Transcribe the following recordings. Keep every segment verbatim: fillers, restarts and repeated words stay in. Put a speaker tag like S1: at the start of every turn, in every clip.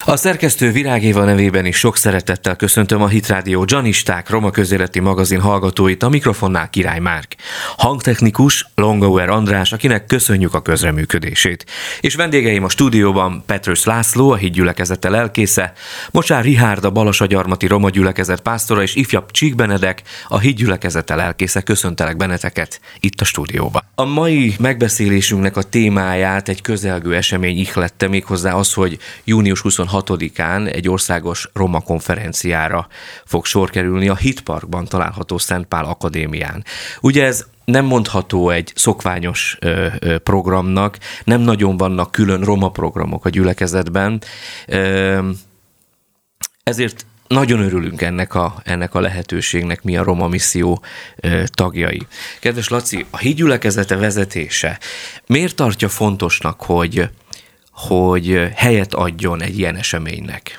S1: A szerkesztő Virág Éva nevében is sok szeretettel köszöntöm a Hit Rádió Gyanisták Roma Közéleti Magazin hallgatóit, a mikrofonnál Király Márk. Hangtechnikus Longauer András, akinek köszönjük a közreműködését. És vendégeim a stúdióban Petrus László, a Hit gyülekezete lelkésze, Mocsár Richárd, a Balasagyarmati Roma gyülekezet pásztora, és ifjabb Csík Benedek, a Hit gyülekezete lelkésze. Köszöntelek benneteket itt a stúdióban. A mai megbeszélésünknek a témáját egy közelgő esemény ihlette, méghozzá az, hogy június huszonhatodikán egy országos roma konferenciára fog sor kerülni a Hitparkban található Szent Pál Akadémián. Ugye ez nem mondható egy szokványos ö, ö, programnak, nem nagyon vannak külön roma programok a gyülekezetben, ö, ezért nagyon örülünk ennek a, ennek a lehetőségnek, mi a Roma Misszió ö, tagjai. Kedves Laci, a Hit gyülekezete vezetése miért tartja fontosnak, hogy hogy helyet adjon egy ilyen eseménynek?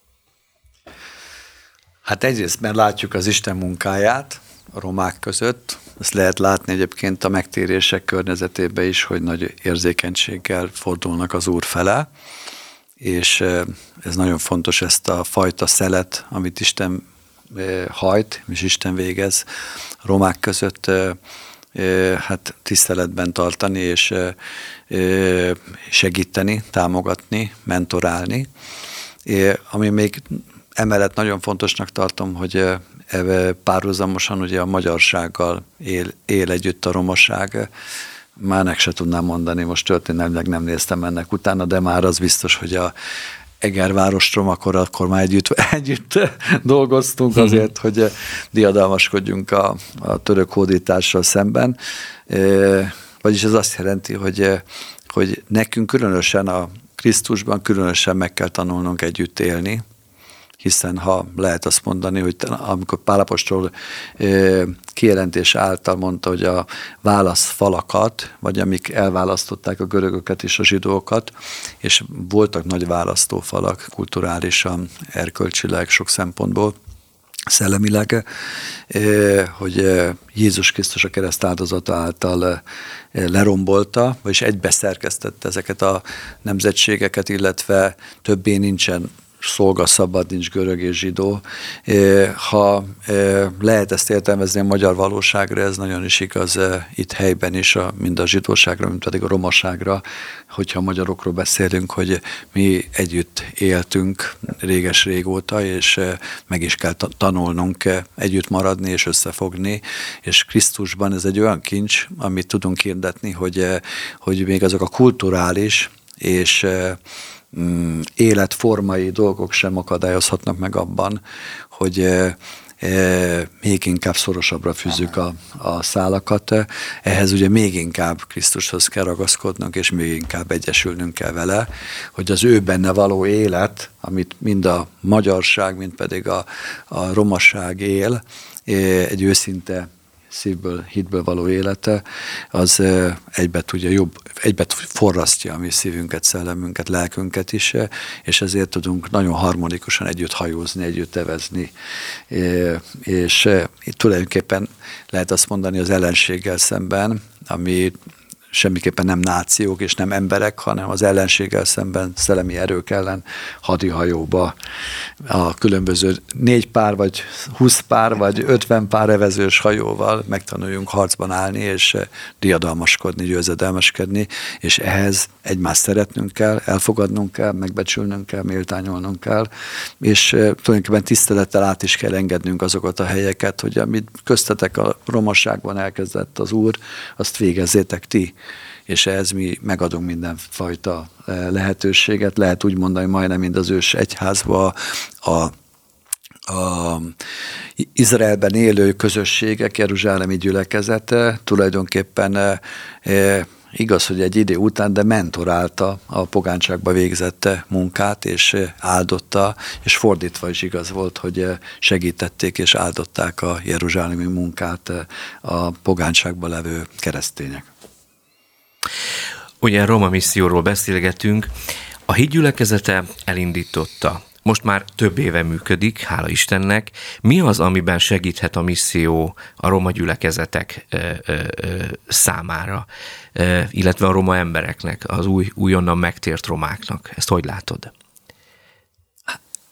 S2: Hát egyrészt, mert látjuk az Isten munkáját a romák között, ezt lehet látni egyébként a megtérések környezetében is, hogy nagy érzékenységgel fordulnak az Úr fele, és ez nagyon fontos, ezt a fajta szelet, amit Isten hajt, és Isten végez a romák között, hát tiszteletben tartani, és segíteni, támogatni, mentorálni. Ami még emellett nagyon fontosnak tartom, hogy párhuzamosan ugye a magyarsággal él, él együtt a romaság. Már nek se tudnám mondani, most történelmileg nem néztem ennek utána, de már az biztos, hogy a Egerváros romakor, akkor már együtt, együtt dolgoztunk azért, hogy diadalmaskodjunk a, a török hódítással szemben. E, vagyis ez azt jelenti, hogy, hogy nekünk különösen a Krisztusban különösen meg kell tanulnunk együtt élni, hiszen ha lehet azt mondani, hogy amikor Pál apostol kijelentés által mondta, hogy a válaszfalakat, vagy amik elválasztották a görögöket és a zsidókat, és voltak nagy választófalak kulturálisan, erkölcsileg, sok szempontból, szellemileg, hogy Jézus Krisztus a kereszt áldozata által lerombolta, vagyis egybeszerkesztette ezeket a nemzetségeket, illetve többé nincsen szolga szabad, nincs görög és zsidó. Ha lehet ezt értelmezni a magyar valóságra, ez nagyon is igaz itt helyben is, a, mind a zsidóságra, mind pedig a romaságra, hogyha a magyarokról beszélünk, hogy mi együtt éltünk réges-régóta, és meg is kell tanulnunk együtt maradni és összefogni, és Krisztusban ez egy olyan kincs, amit tudunk hirdetni, hogy, hogy még azok a kulturális és életformai dolgok sem akadályozhatnak meg abban, hogy e, e, még inkább szorosabbra fűzzük a, a szálakat. Ehhez ugye még inkább Krisztushoz kell ragaszkodnunk, és még inkább egyesülnünk kell vele, hogy az ő benne való élet, amit mind a magyarság, mind pedig a, a romaság él, egy őszinte szívből, hitből való élete, az egybe tudja jobb, egybe forrasztja a mi szívünket, szellemünket, lelkünket is, és ezért tudunk nagyon harmonikusan együtt hajózni, együtt evezni, és tulajdonképpen lehet azt mondani az ellenséggel szemben, ami semmiképpen nem nációk és nem emberek, hanem az ellenséggel szemben, szellemi erők ellen hadihajóba a különböző négy pár, vagy húsz pár, vagy ötven pár evezős hajóval megtanuljunk harcban állni, és diadalmaskodni, győzedelmeskedni, és ehhez egymást szeretnünk kell, elfogadnunk kell, megbecsülnünk kell, méltányolnunk kell, és tulajdonképpen tisztelettel át is kell engednünk azokat a helyeket, hogy amit köztetek a romaságban elkezdett az Úr, azt végezzétek ti. És ehhez mi megadunk mindenfajta lehetőséget, lehet úgy mondani majdnem, mint az ős egyházba a, a Izraelben élő közösségek, jeruzsálemi gyülekezete tulajdonképpen e, igaz, hogy egy idő után, de mentorálta a pogányságba végzett munkát, és áldotta, és fordítva is igaz volt, hogy segítették és áldották a jeruzsálemi munkát a pogányságban levő keresztények.
S1: Ugye Roma Misszióról beszélgetünk. A Hit gyülekezete elindította. Most már több éve működik, hála Istennek. Mi az, amiben segíthet a misszió a roma gyülekezetek ö, ö, ö, számára, ö, illetve a roma embereknek, az új, újonnan megtért romáknak? Ezt hogy látod?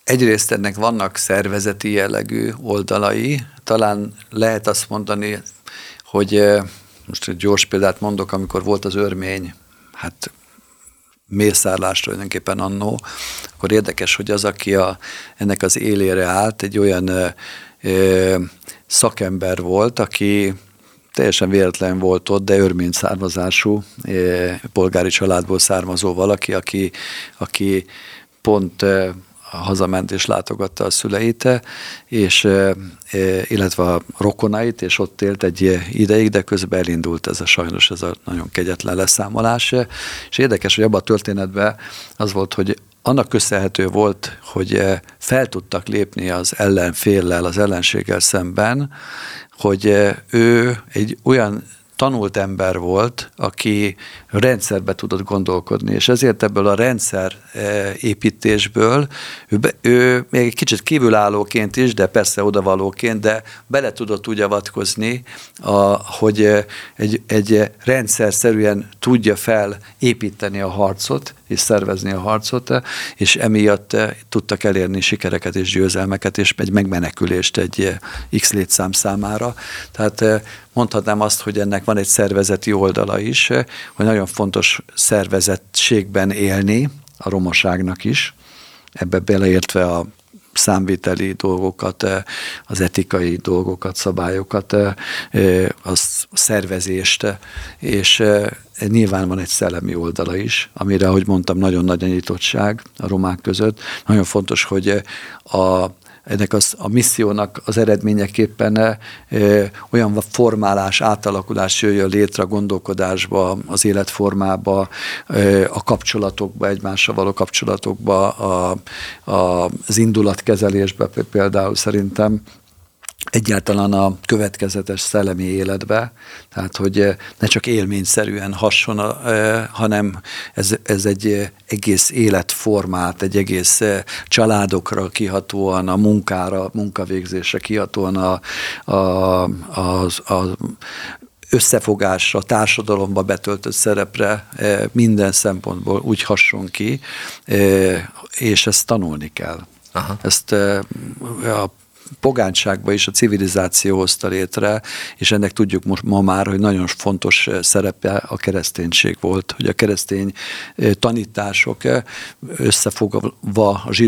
S2: egyrészt ennek vannak szervezeti jellegű oldalai, talán lehet azt mondani, hogy most egy gyors példát mondok, amikor volt az örmény, hát mészárlás tulajdonképpen annó, akkor érdekes, hogy az, aki a, ennek az élére állt, egy olyan ö, ö, szakember volt, aki teljesen véletlen volt ott, de örmény származású, ö, polgári családból származó valaki, aki, aki pont ö, hazament és látogatta a szüleit, és, illetve a rokonait, és ott élt egy ideig, de közben elindult ez a sajnos ez a nagyon kegyetlen leszámolás. És érdekes, hogy abban a történetben az volt, hogy annak köszönhető volt, hogy fel tudtak lépni az ellenféllel, az ellenséggel szemben, hogy ő egy olyan tanult ember volt, aki rendszerbe tudott gondolkodni, és ezért ebből a rendszer építésből ő, be, ő még egy kicsit kívülállóként is, de persze odavalóként, de bele tudott úgy avatkozni, a, hogy egy, egy rendszerszerűen tudja felépíteni a harcot, és szervezni a harcot, és emiatt tudtak elérni sikereket és győzelmeket, és egy megmenekülést egy X létszám számára. Tehát mondhatnám azt, hogy ennek van egy szervezeti oldala is, hogy nagyon fontos szervezettségben élni, a romaságnak is, ebbe beleértve a számviteli dolgokat, az etikai dolgokat, szabályokat, a szervezést, és nyilván van egy szellemi oldala is, amire, ahogy mondtam, nagyon nagy a nyitottság a romák között. Nagyon fontos, hogy a ennek az, a missziónak az eredményeképpen e, olyan formálás, átalakulás jöjjön létre a gondolkodásba, az életformába, e, a kapcsolatokba, egymással való kapcsolatokba, a, a, az indulatkezelésbe például szerintem, egyáltalán a következetes szellemi életbe, tehát hogy ne csak élményszerűen hasson, hanem ez, ez egy egész életformát, egy egész családokra kihatóan, a munkára, munkavégzésre kihatóan a, a, a, a összefogásra, társadalomba betöltött szerepre minden szempontból úgy hasson ki, és ezt tanulni kell. Aha. Ezt a pogányságba is a civilizáció hozta létre, és ennek tudjuk most ma már, hogy nagyon fontos szerepe a kereszténység volt, hogy a keresztény tanítások összefogva a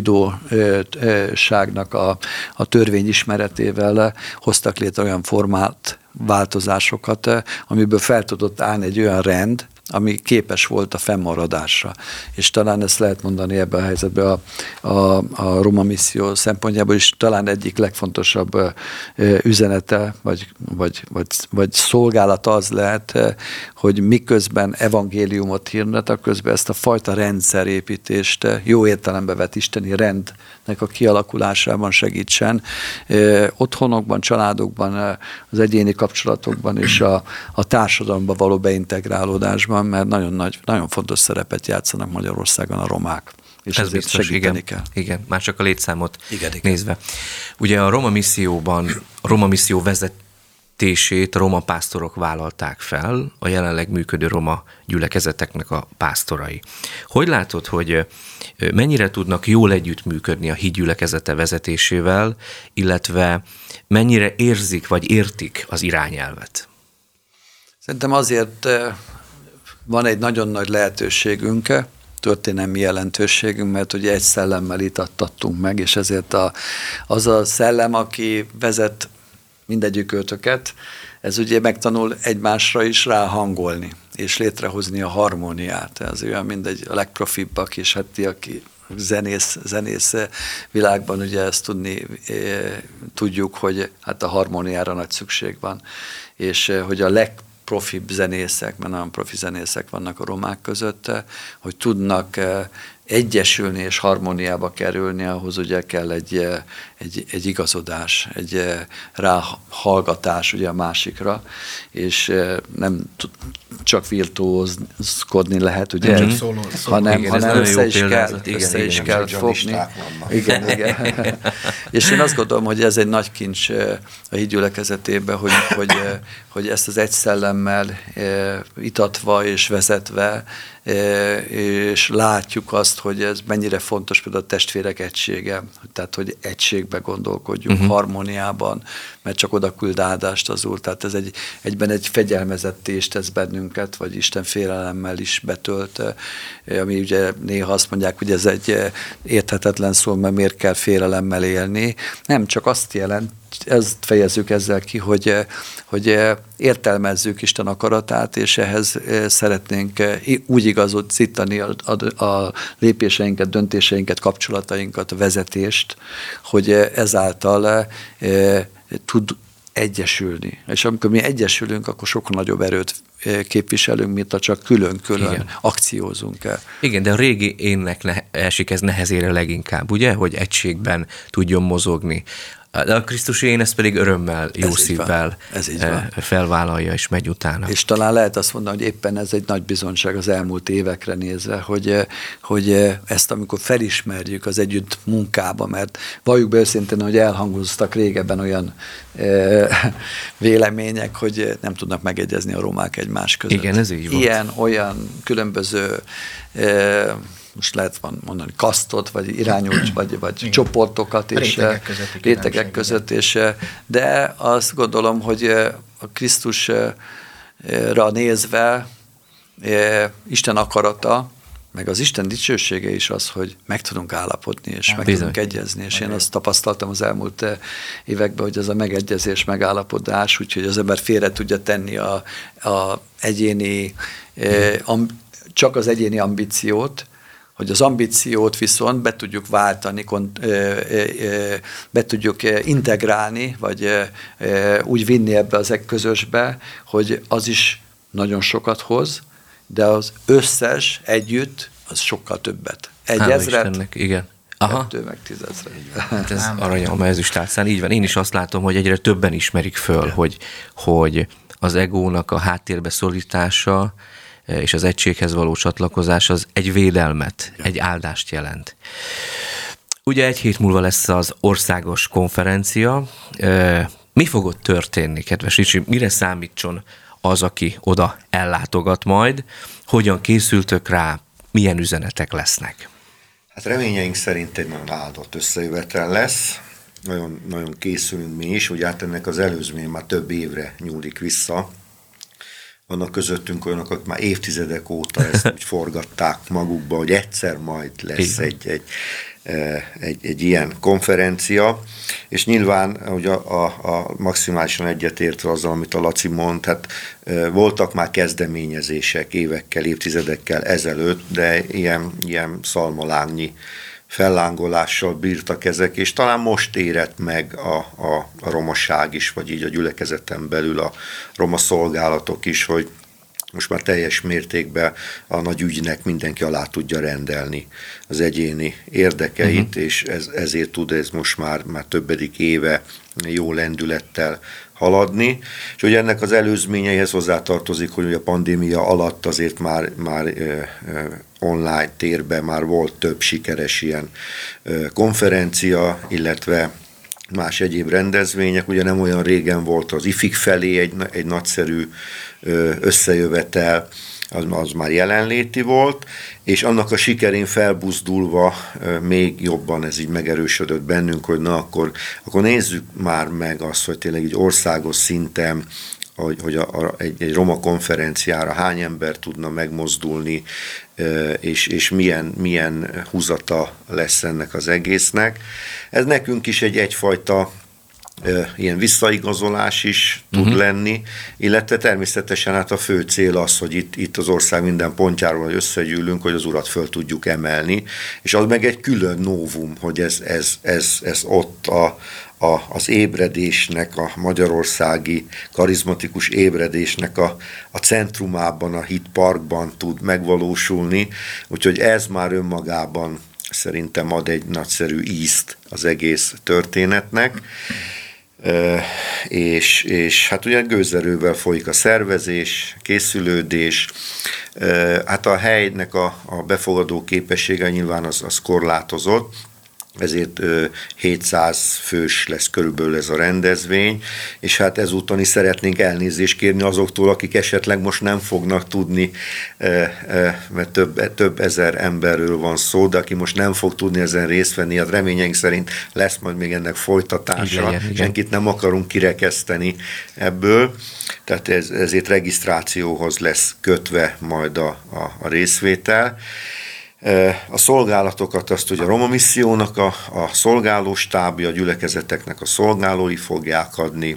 S2: zsidóságnak a, a törvény ismeretével hoztak létre olyan formát, változásokat, amiből fel tudott állni egy olyan rend, ami képes volt a fennmaradásra. És talán ezt lehet mondani ebben a helyzetben a, a, a Roma misszió szempontjából is talán egyik legfontosabb üzenete, vagy, vagy, vagy, vagy szolgálata az lehet, hogy miközben evangéliumot hirdetek, közben ezt a fajta rendszerépítést, jó értelembe vett isteni rendnek a kialakulásában segítsen. Otthonokban, családokban, az egyéni kapcsolatokban és a, a társadalomba való beintegrálódásban, mert nagyon, nagy, nagyon fontos szerepet játszanak Magyarországon a romák. És
S1: ez
S2: ezért
S1: biztos,
S2: segíteni
S1: igen,
S2: kell.
S1: Igen, már csak a létszámot
S2: igen, igen.
S1: nézve. Ugye a Roma misszióban, a Roma misszió vezetését a roma pásztorok vállalták fel, a jelenleg működő roma gyülekezeteknek a pásztorai. Hogy látod, hogy mennyire tudnak jól együttműködni a hídgyülekezete vezetésével, illetve mennyire érzik vagy értik az irányelvet?
S2: Szerintem azért van egy nagyon nagy lehetőségünk, történelmi jelentőségünk, mert ugye egy szellemmel itattattunk meg, és ezért a, az a szellem, aki vezet mindegyikőtöket, ez ugye megtanul egymásra is ráhangolni, és létrehozni a harmóniát. Ez olyan mindegy, a legprofibbak, és hát ti, aki zenész, zenész világban ugye ezt tudni, tudjuk, hogy hát a harmóniára nagy szükség van, és hogy a leg profibb zenészek, mert nagyon profi zenészek vannak a romák között, hogy tudnak egyesülni és harmóniába kerülni, ahhoz ugye kell egy, egy, egy igazodás, egy ráhallgatás ugye a másikra, és nem csak virtuózkodni lehet, ugye,
S1: mm-hmm.
S2: szóló, szóló. hanem, igen, hanem össze is kell, igen, össze igen, is igen, kell fogni. Igen, igen. És én azt gondolom, hogy ez egy nagy kincs a hídgyülekezetében, hogy, hogy, hogy ezt az egy szellemmel itatva és vezetve és látjuk azt, hogy ez mennyire fontos például a testvérek egysége, tehát hogy egységbe gondolkodjunk, uh-huh. harmóniában, mert csak oda küld áldást az Úr, tehát ez egy, egyben egy fegyelmezettést tesz bennünket, vagy Isten félelemmel is betölt, ami ugye néha azt mondják, hogy ez egy érthetetlen szó, mert miért kell félelemmel élni. Nem, csak azt jelent, ezt fejezzük ezzel ki, hogy, hogy értelmezzük Isten akaratát, és ehhez szeretnénk úgy igazítani a, a, a lépéseinket, döntéseinket, kapcsolatainkat, a vezetést, hogy ezáltal e, tud egyesülni. És amikor mi egyesülünk, akkor sokkal nagyobb erőt képviselünk, mint ha csak külön-külön Igen. akciózunk el.
S1: Igen, de a régi énnek ne- esik ez nehezére leginkább, ugye? Hogy egységben tudjon mozogni. De a Krisztusi én ezt pedig örömmel, jó ez szívvel felvállalja és megy utána.
S2: És talán lehet azt mondani, hogy éppen ez egy nagy bizonyság az elmúlt évekre nézve, hogy, hogy ezt amikor felismerjük az együtt munkába, mert valljuk be őszintén, hogy elhangoztak régebben olyan e, vélemények, hogy nem tudnak megegyezni a romák egymás között.
S1: Igen, ez így volt.
S2: Ilyen, olyan különböző e, most lehet mondani kasztot, vagy irányult, vagy, vagy csoportokat, és rétegek között, rétegek között és, de azt gondolom, hogy a Krisztusra nézve Isten akarata, meg az Isten dicsősége is az, hogy meg tudunk állapodni, és meg Bizony. tudunk egyezni, és én azt tapasztaltam az elmúlt években, hogy ez a megegyezés, megállapodás, úgyhogy az ember félre tudja tenni a, a egyéni, csak az egyéni ambíciót, hogy az ambíciót viszont be tudjuk váltani, be tudjuk integrálni, vagy úgy vinni ebbe az közösbe, hogy az is nagyon sokat hoz, de az összes együtt az sokkal többet. Egy Hála ezret,
S1: Istennek, igen. Aha.
S2: kettő meg tízezret.
S1: Hát ez aranyom, ezüstálcán. Így van, én is azt látom, hogy egyre többen ismerik föl, hogy, hogy az egónak a háttérbe szorítása és az egységhez való csatlakozás az egy védelmet, ja. egy áldást jelent. Ugye egy hét múlva lesz az országos konferencia. Mi fog ott történni, kedves Ricsi? Mire számítson az, aki oda ellátogat majd? Hogyan készültök rá? Milyen üzenetek lesznek?
S3: Hát reményeink szerint egy nagyon áldott összejövetel lesz. Nagyon, nagyon készülünk mi is, ugye hát ennek az előzmény már több évre nyúlik vissza. Vannak közöttünk olyanok, akik már évtizedek óta ezt úgy forgatták magukba, hogy egyszer majd lesz egy, egy, egy, egy ilyen konferencia, és nyilván ugye a, a, a maximálisan egyetértve azzal, amit a Laci mond, hát voltak már kezdeményezések évekkel, évtizedekkel ezelőtt, de ilyen, ilyen szalmalángnyi fellángolással bírtak ezek, és talán most érett meg a, a, a romaság is, vagy így a gyülekezeten belül a roma szolgálatok is, hogy most már teljes mértékben a nagy ügynek mindenki alá tudja rendelni az egyéni érdekeit, uh-huh. és ez, ezért tud ez most már, már többedik éve jó lendülettel haladni. És ugye ennek az előzményeihez hozzátartozik, hogy a pandémia alatt azért már, már ö, ö, online térben már volt több sikeres ilyen ö, konferencia, illetve más egyéb rendezvények. Ugye nem olyan régen volt az ifik felé egy, egy nagyszerű ö, összejövetel, az, az már jelenléti volt, és annak a sikerén felbuzdulva még jobban ez így megerősödött bennünk, hogy na akkor, akkor nézzük már meg azt, hogy tényleg egy országos szinten, hogy, hogy a, a, egy, egy roma konferenciára hány ember tudna megmozdulni, és, és milyen, milyen húzata lesz ennek az egésznek. Ez nekünk is egy egyfajta ilyen visszaigazolás is tud uh-huh. lenni, illetve természetesen hát a fő cél az, hogy itt, itt az ország minden pontjáról összegyűlünk, hogy az Urat föl tudjuk emelni, és az meg egy külön novum, hogy ez, ez, ez, ez ott a, a, az ébredésnek, a magyarországi karizmatikus ébredésnek a, a centrumában, a hitparkban tud megvalósulni, úgyhogy ez már önmagában szerintem ad egy nagyszerű ízt az egész történetnek. Uh, és, és hát ugye gőzerővel folyik a szervezés, készülődés, uh, hát a helynek a, a befogadó képessége nyilván az, az korlátozott, ezért hétszáz fős lesz körülbelül ez a rendezvény, és hát ezúton is szeretnénk elnézést kérni azoktól, akik esetleg most nem fognak tudni, mert több, több ezer emberről van szó, de aki most nem fog tudni ezen részt venni, hát reményeink szerint lesz majd még ennek folytatása, igen, senkit nem akarunk kirekeszteni ebből, tehát ez, ezért regisztrációhoz lesz kötve majd a, a, a részvétel. A szolgálatokat azt ugye a Roma Missziónak a, a szolgálóstábja, a gyülekezeteknek a szolgálói fogják adni,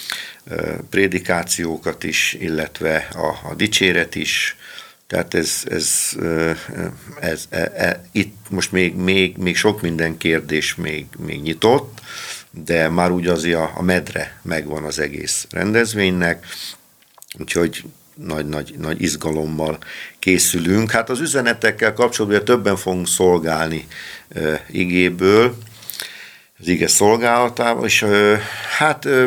S3: prédikációkat is, illetve a, a dicséret is. Tehát ez, ez, ez, ez, ez itt most még, még, még sok minden kérdés még, még nyitott, de már úgy azért a, a medre megvan az egész rendezvénynek, úgyhogy nagy-nagy nagy izgalommal készülünk. Hát az üzenetekkel kapcsolatban többen fogunk szolgálni e, igéből, az ige szolgálatával, és e, hát e,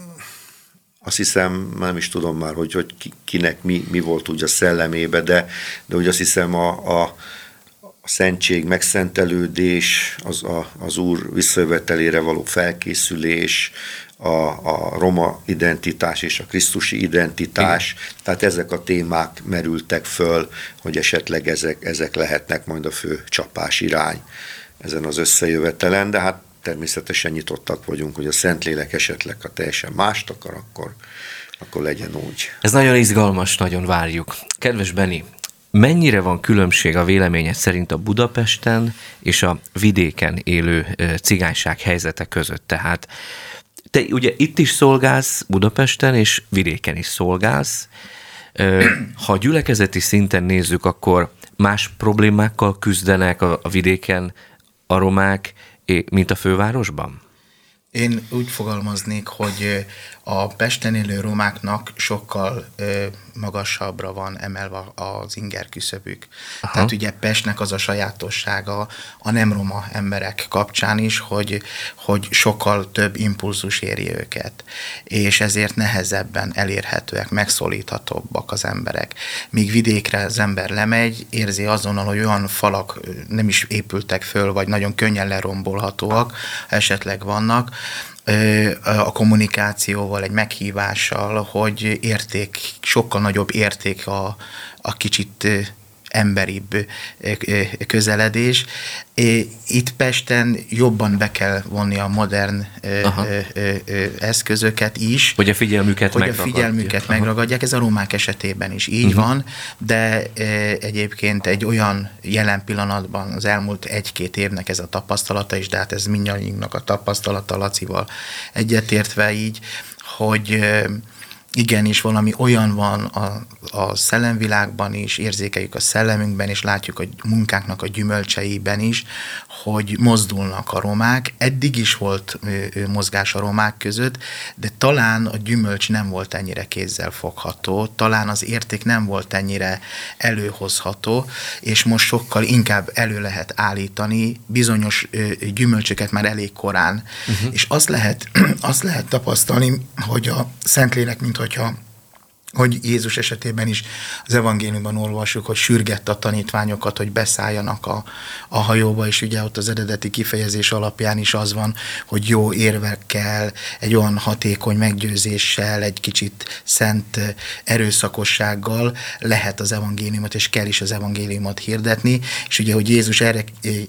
S3: azt hiszem, nem is tudom már, hogy, hogy kinek mi, mi volt úgy a szellemébe, de, de úgy azt hiszem a, a, a szentség, megszentelődés, az, a, az Úr visszajövetelére való felkészülés, A, a roma identitás és a krisztusi identitás, igen. Tehát ezek a témák merültek föl, hogy esetleg ezek, ezek lehetnek majd a fő csapás irány ezen az összejövetelen, de hát természetesen nyitottak vagyunk, hogy a Szentlélek esetleg, ha teljesen mást akar, akkor, akkor legyen úgy.
S1: Ez nagyon izgalmas, nagyon várjuk. Kedves Benni, mennyire van különbség a véleményed szerint a Budapesten és a vidéken élő cigányság helyzete között? Tehát te ugye itt is szolgálsz Budapesten, és vidéken is szolgálsz. Ha gyülekezeti szinten nézzük, akkor más problémákkal küzdenek a vidéken a romák, mint a fővárosban?
S4: Én úgy fogalmaznék, hogy a Pesten élő romáknak sokkal magasabbra van emelve az inger küszöbük. Aha. Tehát ugye Pestnek az a sajátossága a nem roma emberek kapcsán is, hogy, hogy sokkal több impulzus éri őket, és ezért nehezebben elérhetőek, megszólíthatóbbak az emberek. Míg vidékre az ember lemegy, érzi azonnal, hogy olyan falak nem is épültek föl, vagy nagyon könnyen lerombolhatóak, esetleg vannak, a kommunikációval, egy meghívással, hogy érték, sokkal nagyobb érték a, a kicsit emberibb közeledés. Itt Pesten jobban be kell vonni a modern Aha. eszközöket is.
S1: Hogy a figyelmüket
S4: hogy megragadják. a figyelmüket Aha. megragadják. Ez a romák esetében is így uh-huh. van, de egyébként egy olyan jelen pillanatban az elmúlt egy-két évnek ez a tapasztalata is, de hát ez mindannyiunknak a tapasztalata, Lacival egyetértve így, hogy igenis valami olyan van a, a szellemvilágban is, érzékeljük a szellemünkben, és látjuk a munkánknak a gyümölcseiben is, hogy mozdulnak a romák. Eddig is volt ö, ö, mozgás a romák között, de talán a gyümölcs nem volt ennyire kézzel fogható, talán az érték nem volt ennyire előhozható, és most sokkal inkább elő lehet állítani bizonyos ö, gyümölcsöket már elég korán. Uh-huh. És azt lehet, azt lehet tapasztalni, hogy a Szentlélek, mint hogyha hogy Jézus esetében is az evangéliumban olvassuk, hogy sürgette a tanítványokat, hogy beszálljanak a, a hajóba, és ugye ott az eredeti kifejezés alapján is az van, hogy jó érvekkel, egy olyan hatékony meggyőzéssel, egy kicsit szent erőszakossággal lehet az evangéliumot, és kell is az evangéliumot hirdetni, és ugye, hogy Jézus erre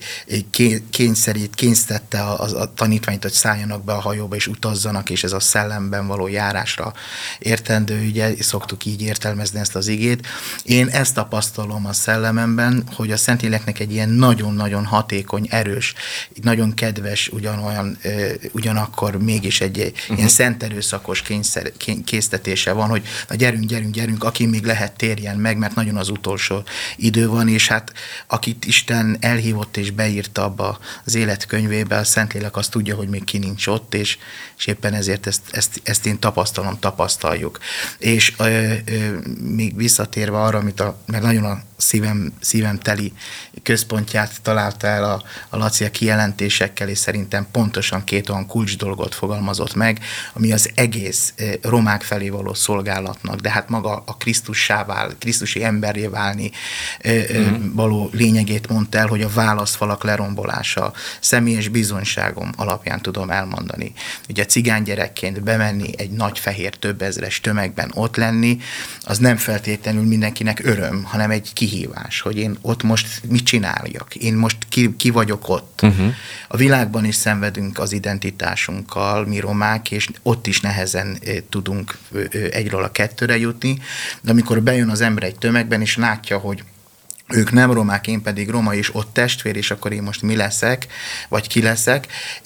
S4: kényszerít, kényszerítette a, a, a tanítványt, hogy szálljanak be a hajóba, és utazzanak, és ez a szellemben való járásra értendő, ugye, szoktuk így értelmezni ezt az igét. Én ezt tapasztalom a szellememben, hogy a Szentléleknek egy ilyen nagyon-nagyon hatékony, erős, nagyon kedves, ugyanolyan, ugyanakkor mégis egy uh-huh. ilyen szent erőszakos kényszer, késztetése van, hogy na gyerünk, gyerünk, gyerünk, aki még lehet térjen meg, mert nagyon az utolsó idő van, és hát akit Isten elhívott és beírta abba az életkönyvébe, a Szentlélek azt tudja, hogy még ki nincs ott, és, és éppen ezért ezt, ezt, ezt én tapasztalom, tapasztaljuk. És ö, ö, még visszatérve arra, amit a, mert nagyon a szívem, szívem teli központját találta el a, a Laci a kijelentésekkel, és szerintem pontosan két olyan kulcs dolgot fogalmazott meg, ami az egész ö, romák felé való szolgálatnak, de hát maga a Krisztussá vál, krisztusi emberré válni ö, ö, mm. való lényegét mondta el, hogy a válaszfalak lerombolása, személyes bizonyságom alapján tudom elmondani. Ugye cigánygyerekként bemenni egy nagy fehér több ezres tömegben ott lenni, az nem feltétlenül mindenkinek öröm, hanem egy kihívás, hogy én ott most mit csináljak, én most ki, ki vagyok ott. Uh-huh. A világban is szenvedünk az identitásunkkal, mi romák, és ott is nehezen tudunk egyről a kettőre jutni, de amikor bejön az ember egy tömegben, és látja, hogy ők nem romák, én pedig roma, és ott testvér, és akkor én most mi leszek, vagy ki leszek.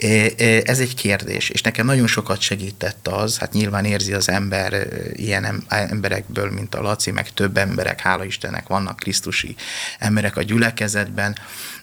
S4: Ez egy kérdés, és nekem nagyon sokat segített az, hát nyilván érzi az ember ilyen emberekből, mint a Laci, meg több emberek, hála Istennek vannak krisztusi emberek a gyülekezetben,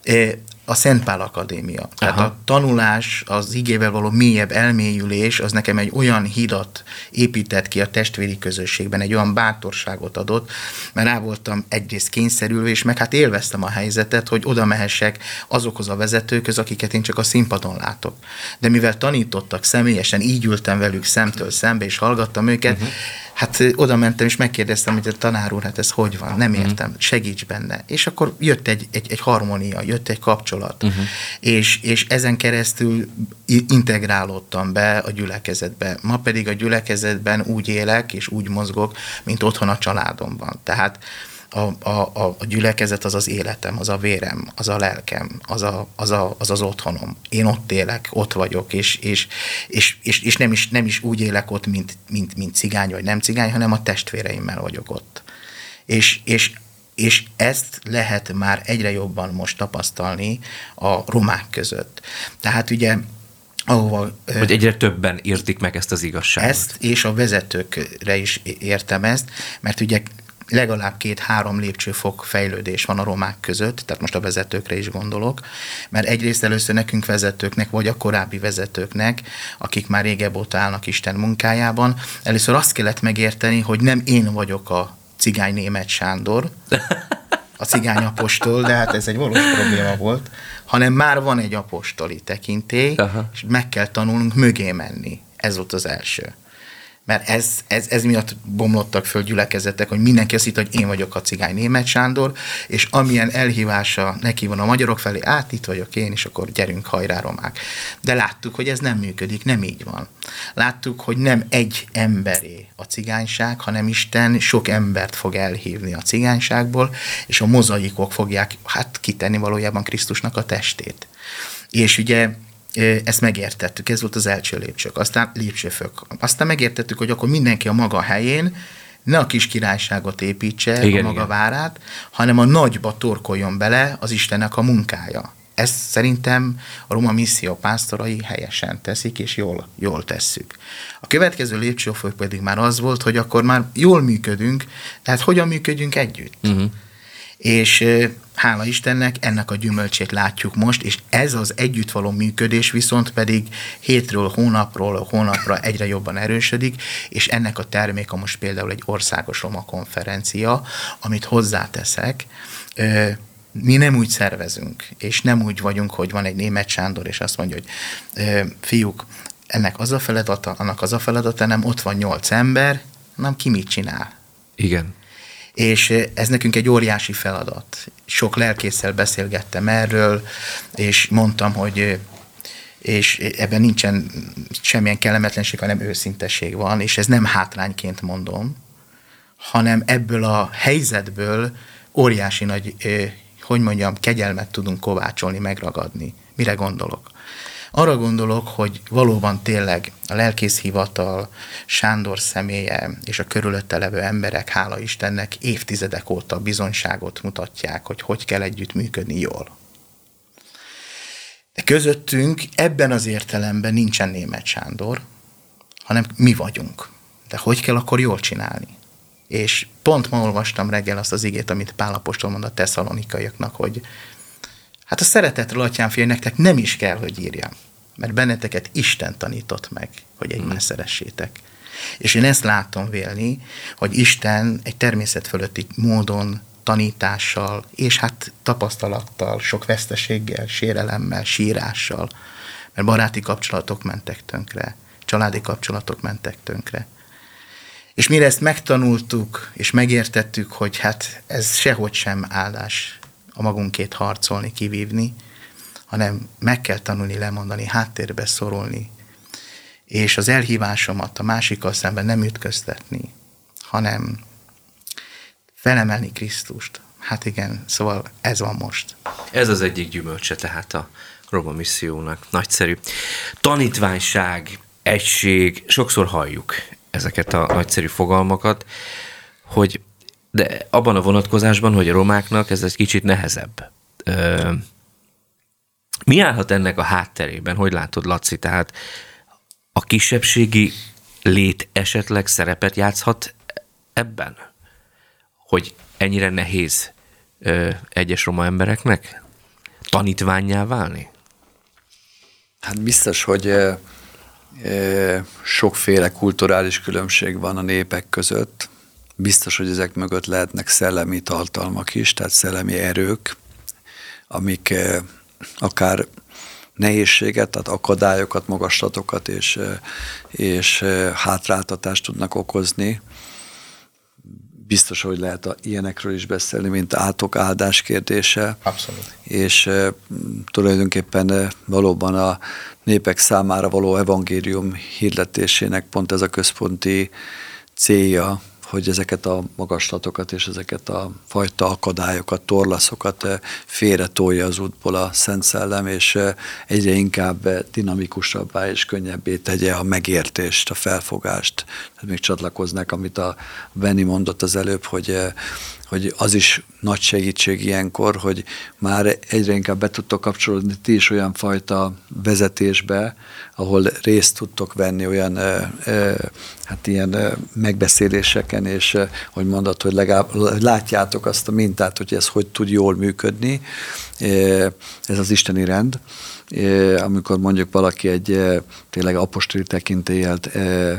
S4: a Szent Pál Akadémia. Tehát Aha. a tanulás, az igével való mélyebb elmélyülés, az nekem egy olyan hidat épített ki a testvéri közösségben, egy olyan bátorságot adott, mert rá voltam egyrészt kényszerülve, és meg hát élveztem a helyzetet, hogy oda mehessek azokhoz a vezetőkhöz, akiket én csak a színpadon látok. De mivel tanítottak személyesen, így ültem velük szemtől szembe, és hallgattam őket, uh-huh. hát oda mentem, és megkérdeztem, hogy a tanár úr, hát ez hogy van? Nem értem, segíts benne. És akkor jött egy, egy, egy harmónia, jött egy kapcsolat, uh-huh. és, és ezen keresztül integrálódtam be a gyülekezetbe. Ma pedig a gyülekezetben úgy élek, és úgy mozgok, mint otthon a családomban. Tehát a, a, a, a gyülekezet az az életem, az a vérem, az a lelkem, az a, az, a, az, az otthonom. Én ott élek, ott vagyok, és, és, és, és, és nem, is, nem is úgy élek ott, mint, mint, mint cigány vagy nem cigány, hanem a testvéreimmel vagyok ott. És, és, és ezt lehet már egyre jobban most tapasztalni a romák között. Tehát ugye ahova,
S1: hogy egyre többen értik meg ezt az igazságot.
S4: Ezt, és a vezetőkre is értem ezt, mert ugye legalább két-három lépcsőfok fejlődés van a romák között, tehát most a vezetőkre is gondolok, mert egyrészt először nekünk vezetőknek, vagy a korábbi vezetőknek, akik már régebb ott állnak Isten munkájában, először azt kellett megérteni, hogy nem én vagyok a cigány Németh Sándor, a cigány apostol, de hát ez egy valós probléma volt, hanem már van egy apostoli tekintély, Aha. és meg kell tanulnunk mögé menni. Ez volt az első. Mert ez, ez, ez miatt bomlottak föl gyülekezetek, hogy mindenki azt hitt, hogy én vagyok a cigány Németh Sándor, és amilyen elhívása neki van a magyarok felé, át itt vagyok én, és akkor gyerünk, hajrá romák. De láttuk, hogy ez nem működik, nem így van. Láttuk, hogy nem egy emberé a cigányság, hanem Isten sok embert fog elhívni a cigányságból, és a mozaikok fogják hát kitenni valójában Krisztusnak a testét. És ugye ezt megértettük, ez volt az első lépcsők, aztán lépcsőfök. Aztán megértettük, hogy akkor mindenki a maga helyén ne a kis királyságot építse, igen, a maga igen. várát, hanem a nagyba torkoljon bele az Istennek a munkája. Ezt szerintem a Roma Misszió pásztorai helyesen teszik, és jól, jól tesszük. A következő lépcsőfok pedig már az volt, hogy akkor már jól működünk, tehát hogyan működjünk együtt. Uh-huh. És hála Istennek ennek a gyümölcsét látjuk most, és ez az együtt való működés viszont pedig hétről, hónapról, hónapra egyre jobban erősödik, és ennek a terméke most például egy országos roma konferencia, amit hozzáteszek, mi nem úgy szervezünk, és nem úgy vagyunk, hogy van egy Németh Sándor, és azt mondja, hogy fiúk, ennek az a feladata, annak az a feladata, nem ott van nyolc ember, nem ki mit csinál.
S1: Igen.
S4: És ez nekünk egy óriási feladat. Sok lelkésszel beszélgettem erről, és mondtam, hogy és ebben nincsen semmilyen kellemetlenség, hanem őszintesség van, és ez nem hátrányként mondom, hanem ebből a helyzetből óriási nagy, hogy mondjam, kegyelmet tudunk kovácsolni, megragadni. Mire gondolok? Arra gondolok, hogy valóban tényleg a lelkészhivatal, Sándor személye és a körülötte levő emberek, hála Istennek, évtizedek óta bizonyságot mutatják, hogy hogy kell együtt működni jól. De közöttünk ebben az értelemben nincsen Németh Sándor, hanem mi vagyunk. De hogy kell akkor jól csinálni? És pont ma olvastam reggel azt az igét, amit Pál apostol mond a tesszalonikaiaknak, hogy hát a szeretetről, atyám fiai, nektek nem is kell, hogy írjam, mert benneteket Isten tanított meg, hogy egymást szeressétek. És én ezt látom vélni, hogy Isten egy természet fölötti módon, tanítással, és hát tapasztalattal, sok veszteséggel, sérelemmel, sírással, mert baráti kapcsolatok mentek tönkre, családi kapcsolatok mentek tönkre. És mire ezt megtanultuk, és megértettük, hogy hát ez sehogy sem áldás a magunkét harcolni, kivívni, hanem meg kell tanulni, lemondani, háttérbe szorulni, és az elhívásomat a másikkal szemben nem ütköztetni, hanem felemelni Krisztust. Hát igen, szóval ez van most.
S1: Ez az egyik gyümölcse tehát a Roma missziónak. Nagyszerű. Tanítványság, egység, sokszor halljuk ezeket a nagyszerű fogalmakat, hogy de abban a vonatkozásban, hogy a romáknak ez egy kicsit nehezebb. Ö, mi állhat ennek a hátterében? Hogy látod, Laci? Tehát a kisebbségi lét esetleg szerepet játszhat ebben? Hogy ennyire nehéz ö, egyes roma embereknek tanítvánnyá válni?
S2: Hát biztos, hogy e, e, sokféle kulturális különbség van a népek között. Biztos, hogy ezek mögött lehetnek szellemi tartalmak is, tehát szellemi erők, amik e, akár nehézséget, tehát akadályokat, magaslatokat és, és hátráltatást tudnak okozni. Biztos, hogy lehet a, ilyenekről is beszélni, mint átok áldás kérdése.
S4: Abszolút.
S2: És e, tulajdonképpen e, valóban a népek számára való evangélium hirdetésének pont ez a központi célja, hogy ezeket a magaslatokat és ezeket a fajta akadályokat, torlaszokat félre tolja az útból a Szent Szellem, és egyre inkább dinamikusabbá és könnyebbé tegye a megértést, a felfogást. Hát még csatlakoznak, amit a Benni mondott az előbb, hogy hogy az is nagy segítség ilyenkor, hogy már egyre inkább be tudtok kapcsolódni ti is olyan fajta vezetésbe, ahol részt tudtok venni olyan e, e, hát ilyen e, megbeszéléseken, és e, hogy mondod, hogy legalább látjátok azt a mintát, hogy ez hogy tud jól működni. E, ez az isteni rend. É, amikor mondjuk valaki egy e, tényleg apostoli tekintéllyel e, e,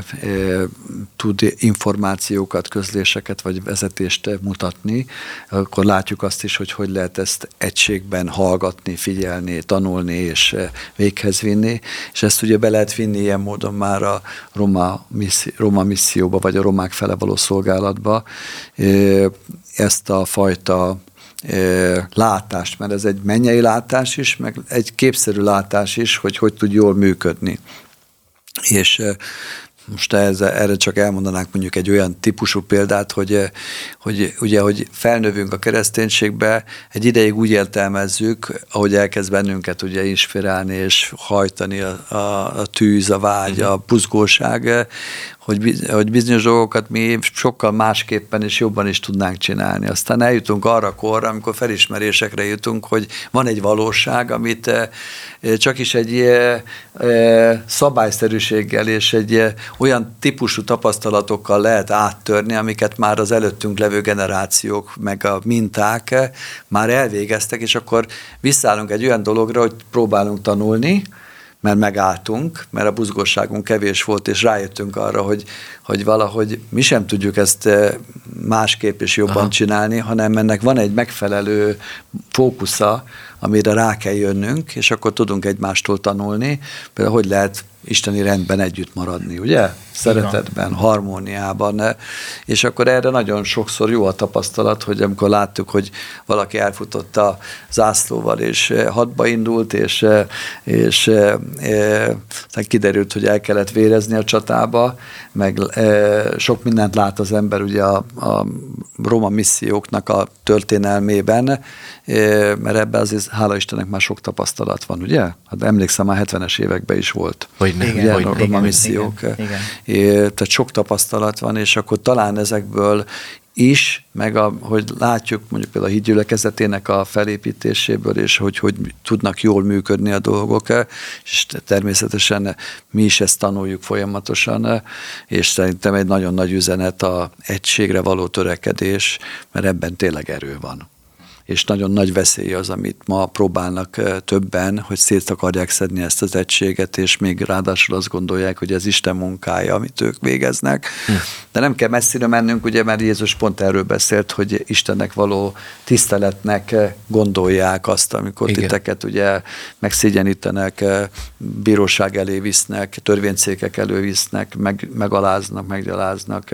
S2: tud információkat, közléseket vagy vezetést mutatni, akkor látjuk azt is, hogy hogy lehet ezt egységben hallgatni, figyelni, tanulni és véghez vinni, és ezt ugye be lehet vinni ilyen módon már a Roma, misszi, Roma misszióba, vagy a romák fele való szolgálatba. É, ezt a fajta látást, mert ez egy mennyei látás is, meg egy képszerű látás is, hogy hogy tud jól működni. És most ezzel, erre csak elmondanánk mondjuk egy olyan típusú példát, hogy, hogy ugye, hogy felnövünk a kereszténységbe, egy ideig úgy értelmezzük, ahogy elkezd bennünket ugye inspirálni és hajtani a, a, a tűz, a vágy, a buzgóság, hogy, hogy bizonyos dolgokat mi sokkal másképpen és jobban is tudnánk csinálni. Aztán eljutunk arra korra, amikor felismerésekre jutunk, hogy van egy valóság, amit csak is egy szabályszerűséggel és egy olyan típusú tapasztalatokkal lehet áttörni, amiket már az előttünk levő generációk, meg a minták már elvégeztek, és akkor visszállunk egy olyan dologra, hogy próbálunk tanulni, mert megálltunk, mert a buzgóságunk kevés volt, és rájöttünk arra, hogy, hogy valahogy mi sem tudjuk ezt másképp és jobban Aha. csinálni, hanem ennek van egy megfelelő fókusza, amire rá kell jönnünk, és akkor tudunk egymástól tanulni, például hogy lehet isteni rendben együtt maradni, ugye? Szeretetben, harmóniában, és akkor erre nagyon sokszor jó a tapasztalat, hogy amikor láttuk, hogy valaki elfutott a zászlóval, és hadba indult, és, és e, e, kiderült, hogy el kellett vérezni a csatába, meg e, sok mindent lát az ember ugye a, a roma misszióknak a történelmében, e, mert ebben azért hála Istennek már sok tapasztalat van, ugye? Hát emlékszem, már hetvenes években is volt.
S1: Hogy nem,
S2: ugye,
S1: hogy
S2: a roma missziók. Igen, igen. É, tehát sok tapasztalat van, és akkor talán ezekből is, meg a, hogy látjuk mondjuk például a hídgyülekezetének a felépítéséből, és hogy, hogy tudnak jól működni a dolgok, és természetesen mi is ezt tanuljuk folyamatosan, és szerintem egy nagyon nagy üzenet a egységre való törekedés, mert ebben tényleg erő van. és nagyon nagy veszély az, amit ma próbálnak többen, hogy szét akarják szedni ezt az egységet, és még ráadásul azt gondolják, hogy ez Isten munkája, amit ők végeznek. Hm. De nem kell messzire mennünk, ugye, mert Jézus pont erről beszélt, hogy Istennek való tiszteletnek gondolják azt, amikor Igen. titeket ugye megszégyenítenek, bíróság elé visznek, törvényszékek elő visznek, meg, megaláznak, meggyaláznak,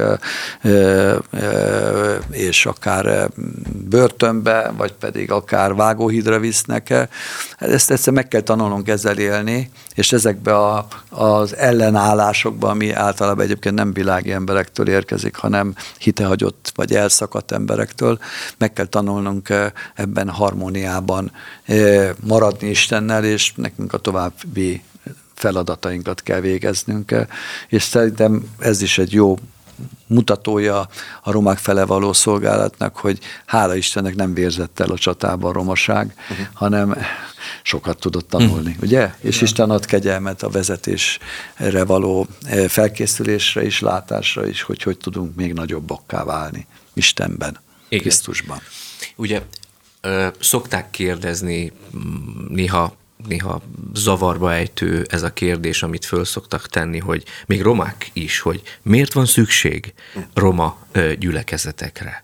S2: és akár börtönbe, vagy pedig akár vágóhídra visznek. Ezt egyszer meg kell tanulnunk ezzel élni, és ezekbe a, az ellenállásokba, ami általában egyébként nem világi emberektől érkezik, hanem hitehagyott vagy elszakadt emberektől, meg kell tanulnunk ebben harmóniában maradni Istennel, és nekünk a további feladatainkat kell végeznünk. És szerintem ez is egy jó mutatója a romák fele való szolgálatnak, hogy hála Istennek nem vérzett el a csatában a romaság, uh-huh. hanem sokat tudott tanulni, uh-huh. ugye? És Igen. Isten ad kegyelmet a vezetésre való felkészülésre és látásra is, hogy hogy tudunk még nagyobbakká válni Istenben, Igen. Krisztusban.
S1: Ugye szokták kérdezni néha néha zavarba ejtő ez a kérdés, amit föl szoktak tenni, hogy még romák is, hogy miért van szükség roma gyülekezetekre.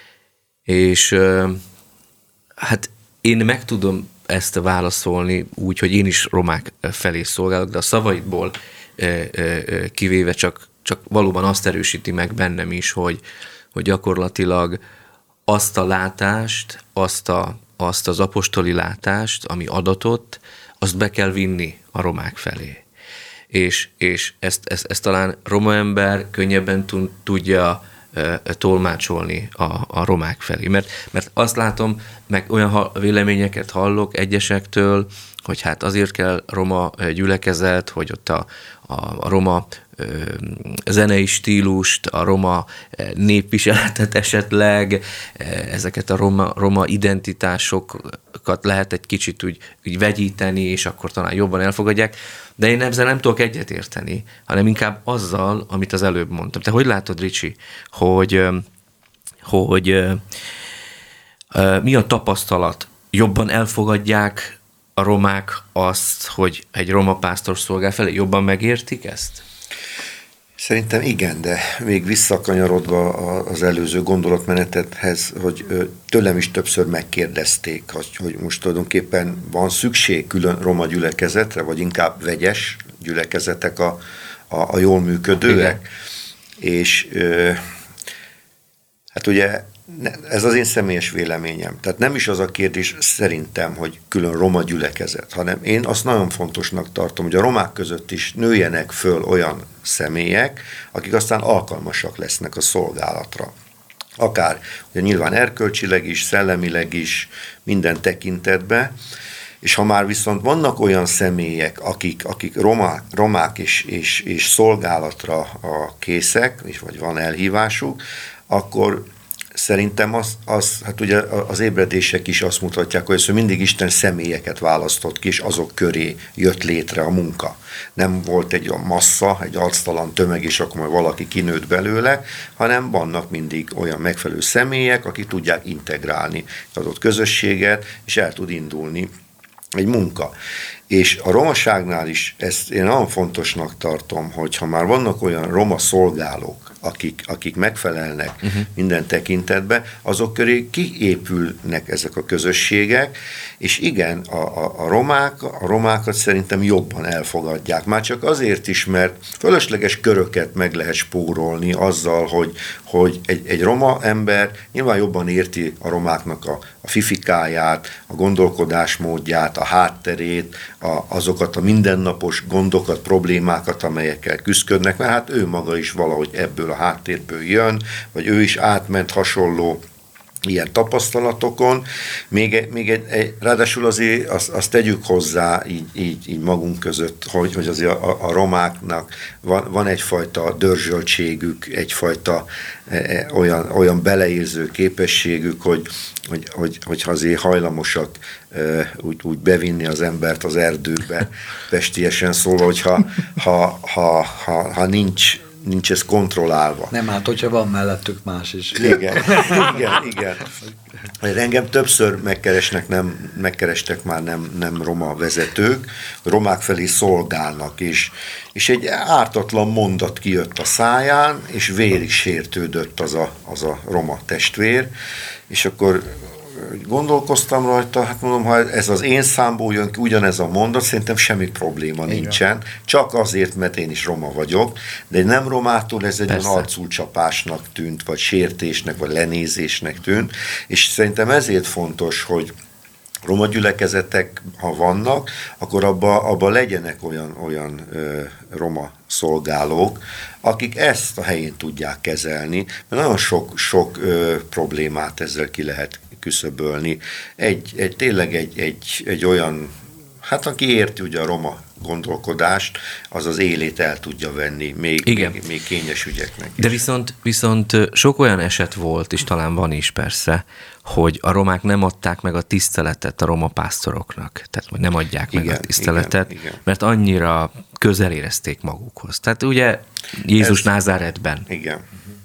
S1: És hát én meg tudom ezt válaszolni úgy, hogy én is romák felé szolgálok, de a szavaidból kivéve csak, csak valóban azt erősíti meg bennem is, hogy, hogy gyakorlatilag azt a látást, azt a azt az apostoli látást, ami adatott, azt be kell vinni a romák felé. És, és ezt, ezt, ezt talán roma ember könnyebben tudja e, tolmácsolni a, a romák felé. Mert, mert azt látom, meg olyan véleményeket hallok egyesektől, hogy hát azért kell roma gyülekezet, hogy ott a, a, a roma zenei stílust, a roma népviseletet esetleg, ezeket a roma, roma identitásokat lehet egy kicsit úgy, úgy vegyíteni, és akkor talán jobban elfogadják, de én ezzel nem tudok egyetérteni, hanem inkább azzal, amit az előbb mondtam. Te hogy látod, Ricsi, hogy, hogy mi a tapasztalat? Jobban elfogadják a romák azt, hogy egy roma pásztor szolgál felé? Jobban megértik ezt?
S3: Szerintem igen, de még visszakanyarodva az előző gondolatmenetethez, hogy tőlem is többször megkérdezték, hogy most tulajdonképpen van szükség külön roma gyülekezetre, vagy inkább vegyes gyülekezetek a, a, a jól működőek. Igen. És hát ugye ez az én személyes véleményem. Tehát nem is az a kérdés szerintem, hogy külön roma gyülekezet, hanem én azt nagyon fontosnak tartom, hogy a romák között is nőjenek föl olyan személyek, akik aztán alkalmasak lesznek a szolgálatra. Akár ugye nyilván erkölcsileg is, szellemileg is, minden tekintetben. És ha már viszont vannak olyan személyek, akik, akik romák, romák és, és, és szolgálatra a készek, és vagy van elhívásuk, akkor szerintem az, az, hát ugye az ébredések is azt mutatják, hogy mindig Isten személyeket választott ki, és azok köré jött létre a munka. Nem volt egy massza, egy arctalan tömeg, és akkor majd valaki kinőtt belőle, hanem vannak mindig olyan megfelelő személyek, akik tudják integrálni az adott közösséget, és el tud indulni egy munka. És a romaságnál is ezt én nagyon fontosnak tartom, hogy ha már vannak olyan roma szolgálók, akik, akik megfelelnek uh-huh. minden tekintetben, azok köré kiépülnek ezek a közösségek, és igen, a, a, a, romák, a romákat szerintem jobban elfogadják. Már csak azért is, mert fölösleges köröket meg lehet spórolni azzal, hogy, hogy egy, egy roma ember nyilván jobban érti a romáknak a, a fifikáját, a gondolkodásmódját, a hátterét, a, azokat a mindennapos gondokat, problémákat, amelyekkel küzdködnek, mert hát ő maga is valahogy ebből a háttérből jön, vagy ő is átment hasonló ilyen tapasztalatokon. Még, még egy, egy, ráadásul azért azt, azt tegyük hozzá így, így, így magunk között, hogy, hogy azért a, a romáknak van, van egyfajta dörzsöltségük, egyfajta e, olyan, olyan beleérző képességük, hogy, hogy, hogy, hogyha azért hajlamosak e, úgy, úgy bevinni az embert az erdőbe, pestiesen szólva, hogyha ha, ha, ha, ha nincs nincs ez kontrollálva.
S2: Nem, hát hogyha van mellettük más is.
S3: Igen, igen, igen. Engem többször megkeresnek, nem, megkerestek már nem, nem roma vezetők, romák felé szolgálnak, és, és egy ártatlan mondat kijött a száján, és vérig sértődött az a, az a roma testvér, és akkor gondolkoztam rajta, hát mondom, ha ez az én számból jön ki ugyanez a mondat, szerintem semmi probléma igen. nincsen, csak azért, mert én is roma vagyok, de egy nem romától ez egy olyan arculcsapásnak tűnt, vagy sértésnek, vagy lenézésnek tűnt, és szerintem ezért fontos, hogy roma gyülekezetek, ha vannak, akkor abba, abba legyenek olyan, olyan ö, roma szolgálók, akik ezt a helyén tudják kezelni, mert nagyon sok, sok ö, problémát ezzel ki lehet küszöbölni. Egy, egy, tényleg egy, egy, egy olyan, hát aki érti ugye a roma gondolkodást, az az élét el tudja venni, még, még, még kényes ügyeknek is.
S1: De viszont, viszont sok olyan eset volt, és talán van is persze, hogy a romák nem adták meg a tiszteletet a roma pásztoroknak. Tehát, hogy nem adják meg igen, a tiszteletet, igen, igen. mert annyira közel érezték magukhoz. Tehát ugye Jézus Ez, Názáretben.
S3: Igen.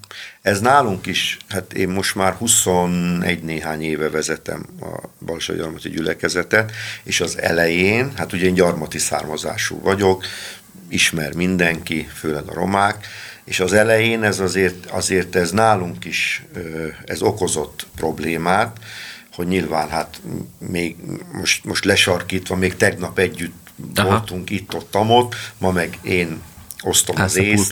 S3: Ez nálunk is, hát én most már huszonegy néhány éve vezetem a Balassa Gyarmati gyülekezetet, és az elején, hát ugye én gyarmati származású vagyok, ismer mindenki, főleg a romák, és az elején ez azért, azért ez nálunk is, ez okozott problémát, hogy nyilván hát még most, most lesarkítva, még tegnap együtt Aha. voltunk itt-ott, ott, ma meg én osztom az észt,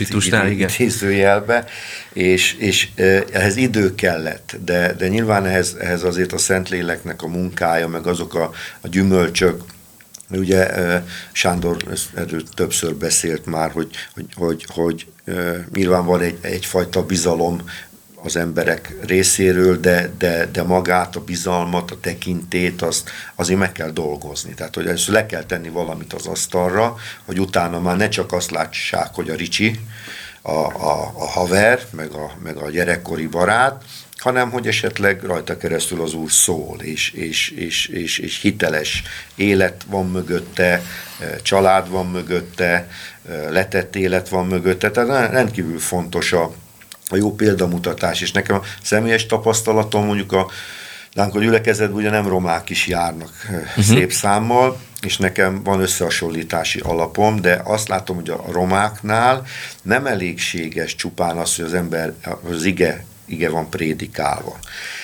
S3: idézőjelbe, és, és ehhez idő kellett, de, de nyilván ehhez, ehhez azért a Szentléleknek a munkája, meg azok a, a gyümölcsök, ugye Sándor erről többször beszélt már, hogy, hogy, hogy, hogy nyilván van egy, egyfajta bizalom az emberek részéről, de, de, de magát, a bizalmat, a tekintét, azt azért meg kell dolgozni. Tehát, hogy ezt le kell tenni valamit az asztalra, hogy utána már ne csak azt látsák, hogy a Ricsi, a, a, a haver, meg a, meg a gyerekkori barát, hanem hogy esetleg rajta keresztül az Úr szól, és, és, és, és, és hiteles élet van mögötte, család van mögötte, letett élet van mögötte, tehát rendkívül fontos a a jó példamutatás, és nekem a személyes tapasztalatom, mondjuk a nálunk a gyülekezetben ugye nem romák is járnak uh-huh. szép számmal, és nekem van összehasonlítási alapom, de azt látom, hogy a romáknál nem elégséges csupán az, hogy az ember, az ige, ige van prédikálva.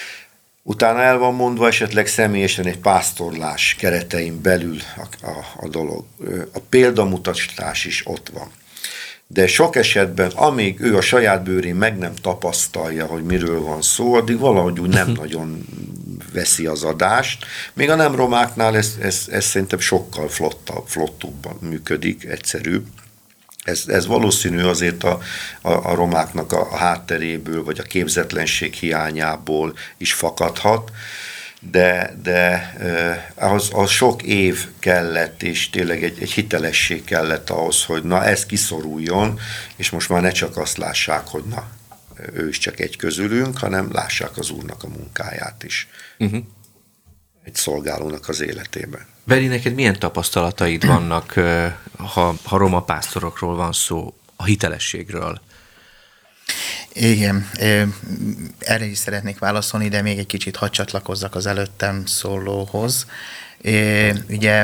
S3: Utána el van mondva esetleg személyesen egy pásztorlás keretein belül a, a, a dolog. A példamutatás is ott van. De sok esetben, amíg ő a saját bőrén meg nem tapasztalja, hogy miről van szó, addig valahogy úgy nem nagyon veszi az adást. Még a nem romáknál ez, ez, ez szerintem sokkal flottabb, flottúbban működik, egyszerűbb. Ez, ez valószínű azért a, a, a romáknak a hátteréből, vagy a képzetlenség hiányából is fakadhat, de, de eh, az, az sok év kellett, és tényleg egy, egy hitelesség kellett ahhoz, hogy na ez kiszoruljon, és most már ne csak azt lássák, hogy na, ő is csak egy közülünk, hanem lássák az Úrnak a munkáját is. Uh-huh. Egy szolgálónak az életében.
S1: Beri, neked milyen tapasztalataid vannak, ha, ha roma pásztorokról van szó, a hitelességről?
S4: Igen, erre is szeretnék válaszolni, de még egy kicsit hadd csatlakozzak az előttem szólóhoz. Ugye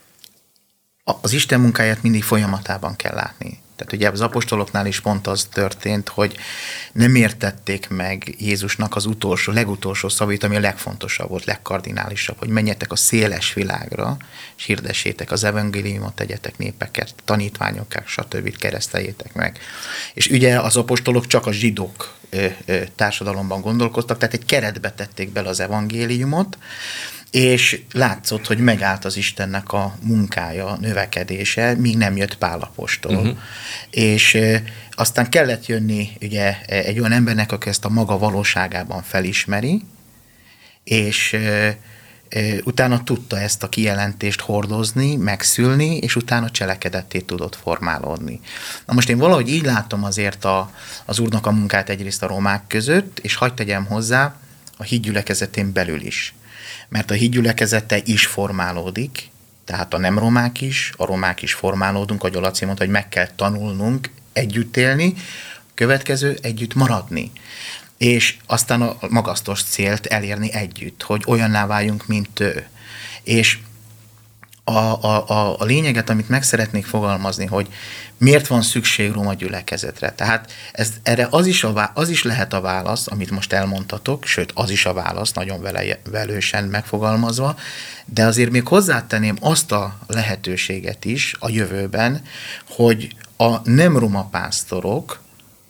S4: az Isten munkáját mindig folyamatában kell látni. Tehát ugye az apostoloknál is pont az történt, hogy nem értették meg Jézusnak az utolsó, legutolsó szavait, ami a legfontosabb volt, legkardinálisabb, hogy menjetek a széles világra, és hirdessétek az evangéliumot, tegyetek népeket, tanítványokká, stb. Kereszteljétek meg. És ugye az apostolok csak a zsidók társadalomban gondolkoztak, tehát egy keretbe tették bele az evangéliumot, és látszott, hogy megállt az Istennek a munkája, növekedése, míg nem jött Pál apostol. Uh-huh. És e, aztán kellett jönni ugye, egy olyan embernek, aki ezt a maga valóságában felismeri, és e, e, utána tudta ezt a kijelentést hordozni, megszülni, és utána cselekedetté tudott formálódni. Na most én valahogy így látom azért a, az Úrnak a munkát egyrészt a romák között, és hadd tegyem hozzá a hídgyülekezetén belül is. Mert a hídgyülekezete is formálódik, tehát a nem romák is, a romák is formálódunk, ahogy a Laci mondta, hogy meg kell tanulnunk együtt élni, következő együtt maradni. És aztán a magasztos célt elérni együtt, hogy olyanná váljunk, mint ő. És a, a, a, a lényeget, amit meg szeretnék fogalmazni, hogy miért van szükség roma gyülekezetre. Tehát ez, erre az is, a, az is lehet a válasz, amit most elmondtatok, sőt, az is a válasz, nagyon vele, velősen megfogalmazva, de azért még hozzátenném azt a lehetőséget is a jövőben, hogy a nem roma pásztorok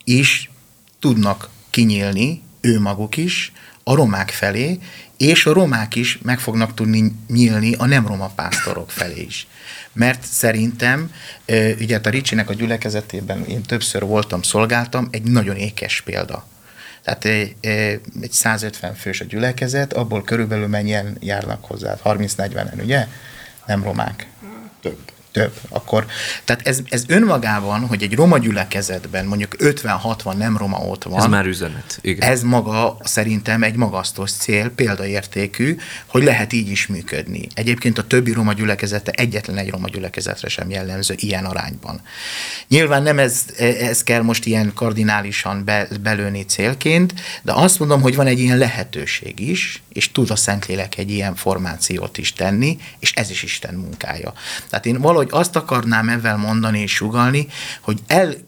S4: is tudnak kinyílni, ő maguk is, a romák felé, és a romák is meg fognak tudni nyílni a nem roma pásztorok felé is. Mert szerintem, ugye a Ricsinek a gyülekezetében én többször voltam, szolgáltam, egy nagyon ékes példa. Tehát egy, egy százötven fős a gyülekezet, abból körülbelül mennyien járnak hozzá? harminc-negyvenen, ugye? Nem romák.
S3: Több.
S4: Több. Akkor, tehát ez, ez önmagában, hogy egy roma gyülekezetben mondjuk ötven-hatvan nem roma ott van.
S1: Ez már üzenet. Igen.
S4: Ez maga szerintem egy magasztos cél, példaértékű, hogy lehet így is működni. Egyébként a többi roma gyülekezete egyetlen egy roma gyülekezetre sem jellemző ilyen arányban. Nyilván nem ez, ez kell most ilyen kardinálisan be, belőni célként, de azt mondom, hogy van egy ilyen lehetőség is, és tud a Szentlélek egy ilyen formációt is tenni, és ez is Isten munkája. Tehát én valahogy azt akarnám ezzel mondani és sugalni, hogy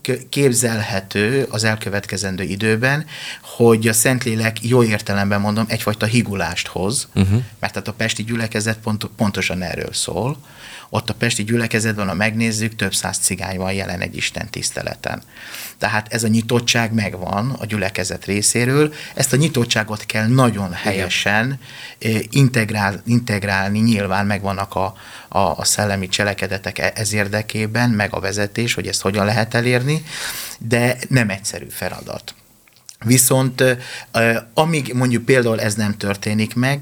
S4: elképzelhető az elkövetkezendő időben, hogy a Szentlélek jó értelemben mondom, egyfajta higulást hoz, uh-huh. mert tehát a pesti gyülekezet pont, pontosan erről szól. Ott a pesti gyülekezetben, ha megnézzük, több száz cigány van jelen egy Isten tiszteleten. Tehát ez a nyitottság megvan a gyülekezet részéről, ezt a nyitottságot kell nagyon helyesen integrál, integrálni, nyilván megvannak a, a, a szellemi cselekedetek ez érdekében, meg a vezetés, hogy ezt hogyan lehet elérni, de nem egyszerű feladat. Viszont amíg mondjuk például ez nem történik meg,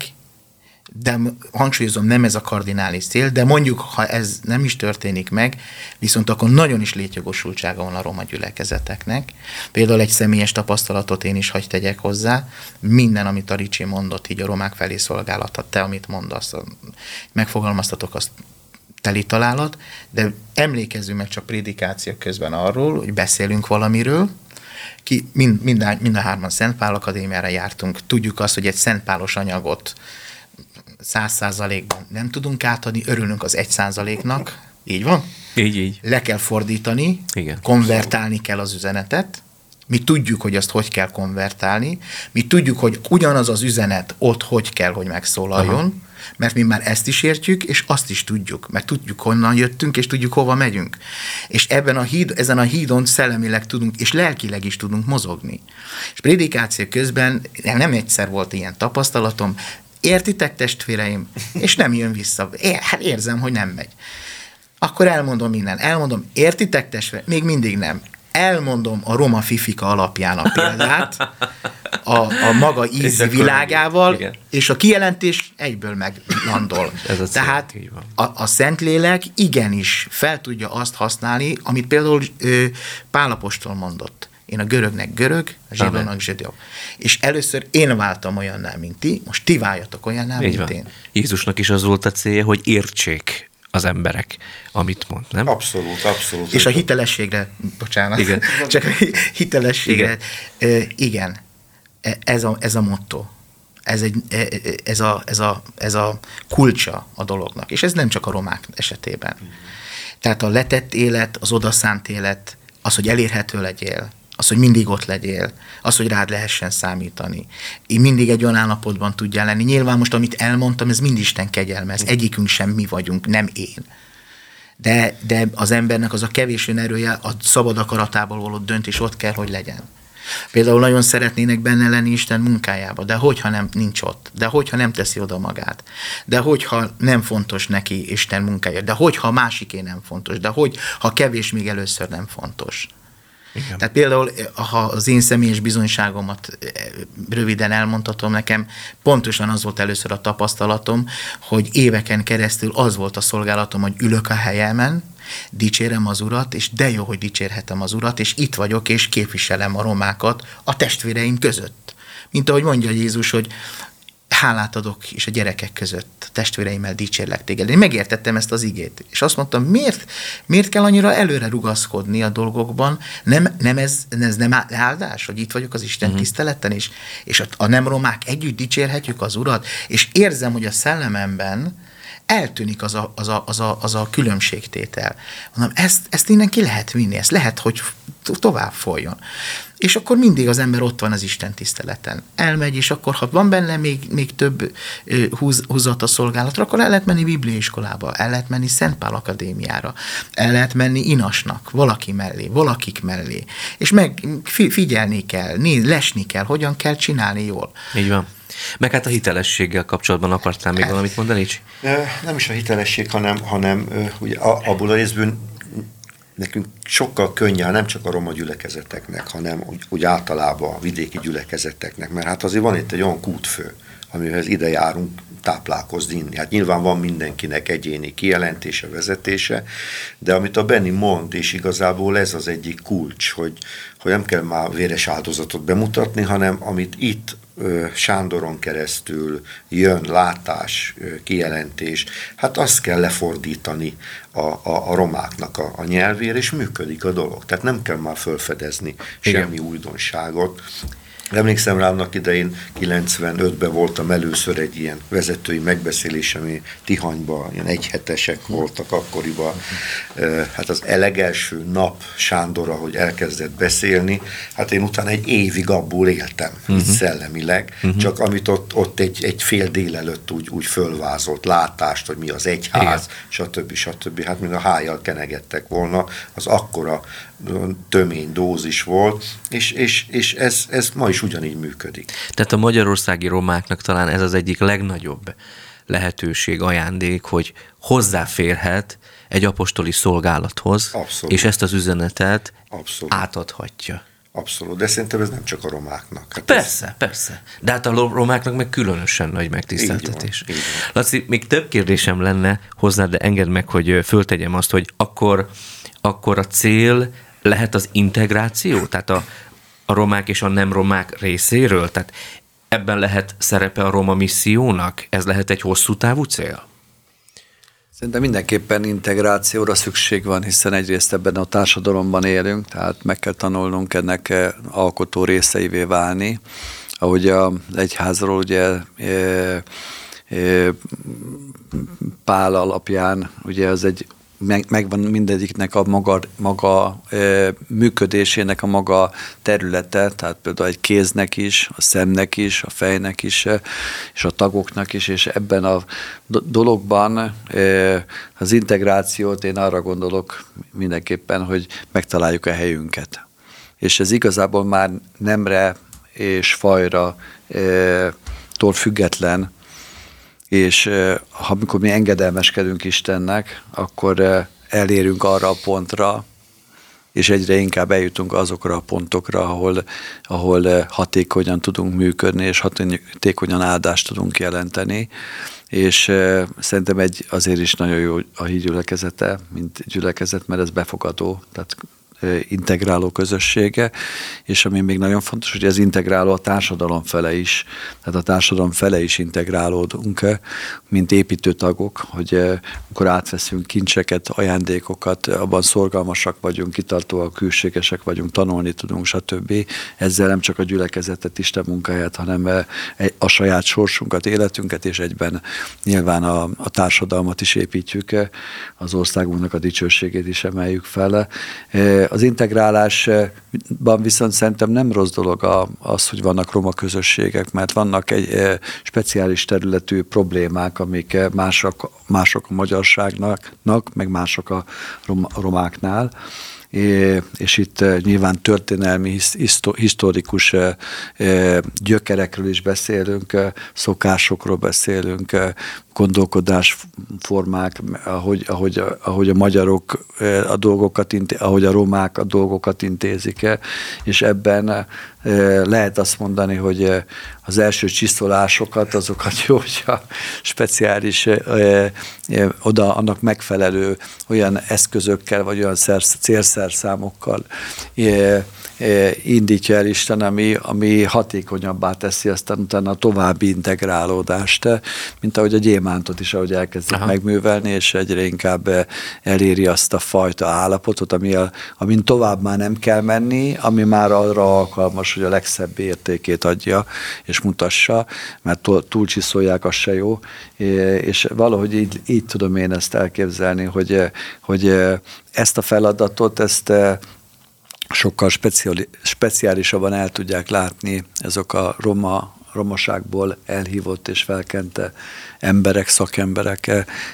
S4: de hangsúlyozom, nem ez a kardinális cél, de mondjuk, ha ez nem is történik meg, viszont akkor nagyon is létjogosultsága van a roma gyülekezeteknek. Például egy személyes tapasztalatot én is hagy tegyek hozzá. Minden, amit a Ricsi mondott, így a romák felé szolgálatot, te, amit mondasz, megfogalmaztatok, azt teli találat, de emlékezzünk meg csak prédikáció közben arról, hogy beszélünk valamiről, ki, mind, mind, mind a hárman Szent Pál Akadémiára jártunk, tudjuk azt, hogy egy Szent Pálos anyagot száz százalékban nem tudunk átadni, örülünk az egy százaléknak, így van?
S1: Így, így.
S4: Le kell fordítani,
S1: igen.
S4: Konvertálni kell az üzenetet, mi tudjuk, hogy azt hogy kell konvertálni, mi tudjuk, hogy ugyanaz az üzenet ott hogy kell, hogy megszólaljon, aha. mert mi már ezt is értjük, és azt is tudjuk, mert tudjuk, honnan jöttünk, és tudjuk, hova megyünk. És ebben a híd, ezen a hídon szellemileg tudunk, és lelkileg is tudunk mozogni. És prédikáció közben nem egyszer volt ilyen tapasztalatom, értitek, testvéreim? És nem jön vissza. É, hát érzem, hogy nem megy. Akkor elmondom innen. Elmondom, értitek, testvéreim? Még mindig nem. Elmondom a roma fifika alapján a példát, a, a maga ízi világával, igen. és a kijelentés egyből meglandol. Tehát a, a Szentlélek igenis fel tudja azt használni, amit például ö, Pál apostol mondott. Én a görögnek görög, a zsidónak zsidó. És először én váltam olyanná, mint ti, most ti váljatok olyanná, mint van. Én.
S1: Jézusnak is az volt a célja, hogy értsék az emberek, amit mond, nem?
S3: Abszolút, abszolút.
S4: És a hitelességre, bocsánat, igen. csak a hitelességre, igen, igen ez, a, ez a motto. Ez, egy, ez, a, ez, a, ez a kulcsa a dolognak. És ez nem csak a romák esetében. Tehát a letett élet, az odaszánt élet, az, hogy elérhető legyél, az, hogy mindig ott legyél, az, hogy rád lehessen számítani. Én mindig egy olyan állapotban tudjál lenni. Nyilván most, amit elmondtam, ez mind Isten kegyelme, ez egyikünk sem mi vagyunk, nem én. De, de az embernek az a kevés önerője, a szabad akaratából való döntés ott kell, hogy legyen. Például nagyon szeretnének benne lenni Isten munkájába, de hogyha nem nincs ott, de hogyha nem teszi oda magát, de hogyha nem fontos neki Isten munkája, de hogyha a másiké nem fontos, de hogy ha kevés, még először nem fontos. Igen. Tehát például, ha az én személyes bizonyságomat röviden elmondhatom, nekem pontosan az volt először a tapasztalatom, hogy éveken keresztül az volt a szolgálatom, hogy ülök a helyemen, dicsérem az Urat, és de jó, hogy dicsérhetem az Urat, és itt vagyok, és képviselem a romákat a testvéreim között. Mint ahogy mondja Jézus, hogy hálát adok, és a gyerekek között a testvéreimmel dicsérlek téged. Én megértettem ezt az igét, és azt mondtam, miért, miért kell annyira előre rugaszkodni a dolgokban? Nem, nem ez, ez nem áldás, hogy itt vagyok az Isten uh-huh. tiszteleten, és, és a, a nem romák együtt dicsérhetjük az Urat, és érzem, hogy a szellememben eltűnik az a, az a, az a, az a különbségtétel. Mondom, ezt, ezt innen ki lehet vinni, ezt lehet, hogy tovább folyjon. És akkor mindig az ember ott van az Isten tiszteleten. Elmegy, és akkor, ha van benne még, még több húz, húzat a szolgálatra, akkor el lehet menni bibliaiskolába, el lehet menni Szentpál Akadémiára, el lehet menni inasnak, valaki mellé, valakik mellé. És meg figyelni kell, néz, lesni kell, hogyan kell csinálni jól.
S1: Így van. Meg hát a hitelességgel kapcsolatban akartál még valamit mondani?
S3: Nem is a hitelesség, hanem, hanem ugye abból a részből nekünk sokkal könnyebb, nem csak a roma gyülekezeteknek, hanem úgy, úgy általában a vidéki gyülekezeteknek, mert hát azért van itt egy olyan kútfő, amihez ide járunk táplálkozni, inni. Hát nyilván van mindenkinek egyéni kijelentése, vezetése, de amit a Benni mond, és igazából ez az egyik kulcs, hogy, hogy nem kell már véres áldozatot bemutatni, hanem amit itt Sándoron keresztül jön látás, kijelentés, hát azt kell lefordítani a, a, a romáknak a, a nyelvére, és működik a dolog. Tehát nem kell már felfedezni
S1: Igen.
S3: semmi újdonságot. Emlékszem rá, annak idején kilencvenötben voltam először egy ilyen vezetői megbeszélés, ami Tihanyban, ilyen egyhetesek voltak akkoriban. Hát az elegelső nap Sándor, ahogy elkezdett beszélni, hát én utána egy évig abból éltem, uh-huh. szellemileg, uh-huh. csak amit ott, ott egy, egy fél délelőtt úgy, úgy fölvázolt, látást, hogy mi az egyház, stb. stb. Hát mint a hájjal kenegettek volna, az akkora tömény dózis volt, és, és, és ez, ez ma is ugyanígy működik.
S1: Tehát a magyarországi romáknak talán ez az egyik legnagyobb lehetőség, ajándék, hogy hozzáférhet egy apostoli szolgálathoz,
S3: Abszolút.
S1: És ezt az üzenetet
S3: Abszolút.
S1: átadhatja.
S3: Abszolút, de szerintem ez nem csak a romáknak. Hát
S1: persze,
S3: ez...
S1: persze. De hát a romáknak meg különösen nagy megtiszteltetés.
S3: Így van, így van.
S1: Laci, még több kérdésem lenne hozzá, de engedd meg, hogy föltegyem azt, hogy akkor, akkor a cél lehet az integráció? Tehát a, a romák és a nem romák részéről? Tehát ebben lehet szerepe a roma missziónak? Ez lehet egy hosszú távú cél?
S2: Szerintem mindenképpen integrációra szükség van, hiszen egyrészt ebben a társadalomban élünk, tehát meg kell tanulnunk ennek alkotó részeivé válni. Ahogy az egyházról ugye e, e, Pál alapján, ugye az egy Meg, megvan mindegyiknek a maga, maga e, működésének a maga területe, tehát például egy kéznek is, a szemnek is, a fejnek is, és a tagoknak is, és ebben a dologban e, az integrációt én arra gondolok mindenképpen, hogy megtaláljuk a helyünket. És ez igazából már nemre és fajra e, tól független, és ha amikor mi engedelmeskedünk Istennek, akkor elérünk arra a pontra, és egyre inkább eljutunk azokra a pontokra, ahol, ahol hatékonyan tudunk működni, és hatékonyan áldást tudunk jelenteni. És szerintem egy azért is nagyon jó a hídgyülekezete, mint gyülekezet, mert ez befogadó, tehát integráló közössége, és ami még nagyon fontos, hogy ez integráló a társadalom fele is, tehát a társadalom fele is integrálódunk, mint építőtagok, hogy amikor átveszünk kincseket, ajándékokat, abban szorgalmasak vagyunk, kitartóak, külségesek vagyunk, tanulni tudunk, stb. Ezzel nem csak a gyülekezetet, Isten munkáját, hanem a saját sorsunkat, életünket, és egyben nyilván a, a társadalmat is építjük, az országunknak a dicsőségét is emeljük fel. Az integrálásban viszont szerintem nem rossz dolog az, hogy vannak roma közösségek, mert vannak egy speciális területű problémák, amik mások, mások a magyarságnak, meg mások a romáknál. És itt nyilván történelmi, historikus gyökerekről is beszélünk, szokásokról beszélünk, gondolkodásformák, ahogy, ahogy, ahogy a magyarok a dolgokat, ahogy a romák a dolgokat intézik, és ebben lehet azt mondani, hogy az első csiszolásokat, azokat jó, hogyha speciális oda annak megfelelő olyan eszközökkel, vagy olyan célszerszámokkal indítja el Isten, ami, ami hatékonyabbá teszi aztán utána a további integrálódást, mint ahogy a gyémántot is, ahogy elkezdik Aha. megművelni, és egyre inkább eléri azt a fajta állapotot, ami a, amin tovább már nem kell menni, ami már arra alkalmas, hogy a legszebb értékét adja, és mutassa, mert túlcsiszolják, az se jó, és valahogy így, így tudom én ezt elképzelni, hogy, hogy ezt a feladatot, ezt sokkal speciali, speciálisabban el tudják látni ezek a roma, romaságból elhívott és felkente emberek, szakemberek,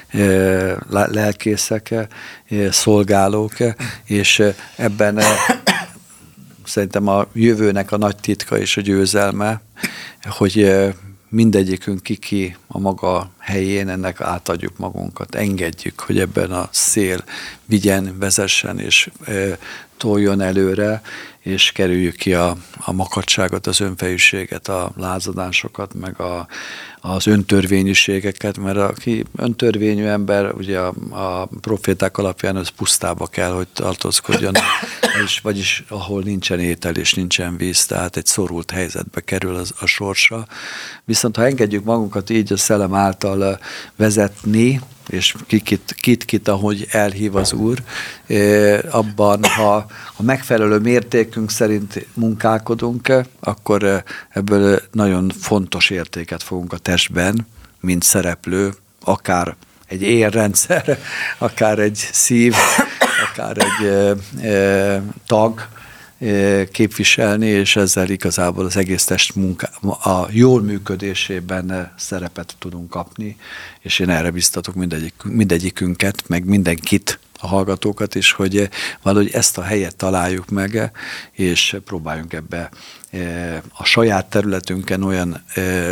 S2: lelkészek, szolgálók, és ebben szerintem a jövőnek a nagy titka és a győzelme, hogy mindegyikünk ki-ki a maga helyén ennek átadjuk magunkat, engedjük, hogy ebben a szél vigyen, vezessen és e, toljon előre, és kerüljük ki a, a makadságot, az önfejűséget, a lázadásokat, meg a, az öntörvényűségeket, mert aki öntörvényű ember, ugye a, a proféták alapján az pusztába kell, hogy tartózkodjon, és, vagyis ahol nincsen étel és nincsen víz, tehát egy szorult helyzetbe kerül az, a sorsa. Viszont ha engedjük magunkat így a szellem által vezetni, és kit, kit, kit, ahogy elhív az Úr, abban, ha a megfelelő mértékünk szerint munkálkodunk, akkor ebből nagyon fontos értéket fogunk a testben, mint szereplő, akár egy érrendszer, akár egy szív, akár egy e, e, tag, képviselni, és ezzel igazából az egész test munka, a jól működésében szerepet tudunk kapni, és én erre biztatok mindegyik, mindegyikünket, meg mindenkit, a hallgatókat is, hogy valahogy ezt a helyet találjuk meg, és próbáljunk ebbe a saját területünken olyan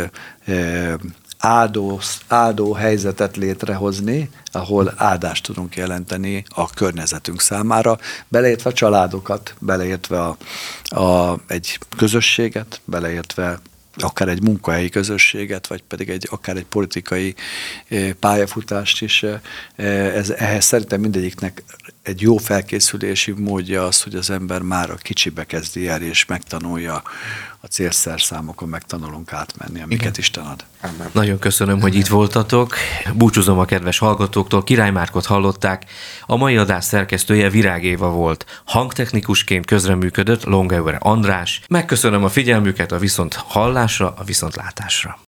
S2: áldó, áldó helyzetet létrehozni, ahol áldást tudunk jelenteni a környezetünk számára, beleértve a családokat, beleértve a, a, egy közösséget, beleértve akár egy munkahelyi közösséget, vagy pedig egy, akár egy politikai pályafutást is. Ez, ehhez szerintem mindegyiknek egy jó felkészülési módja az, hogy az ember már a kicsibe kezdi el, és megtanulja a célszerszámokon, megtanulunk átmenni, amiket Igen. Isten ad.
S1: Amen. Nagyon köszönöm, Amen. Hogy itt voltatok. Búcsúzom a kedves hallgatóktól. Király Márkot hallották. A mai adás szerkesztője Virág Éva volt. Hangtechnikusként közreműködött Longauer András. Megköszönöm a figyelmüket, a viszont hallásra, a viszontlátásra.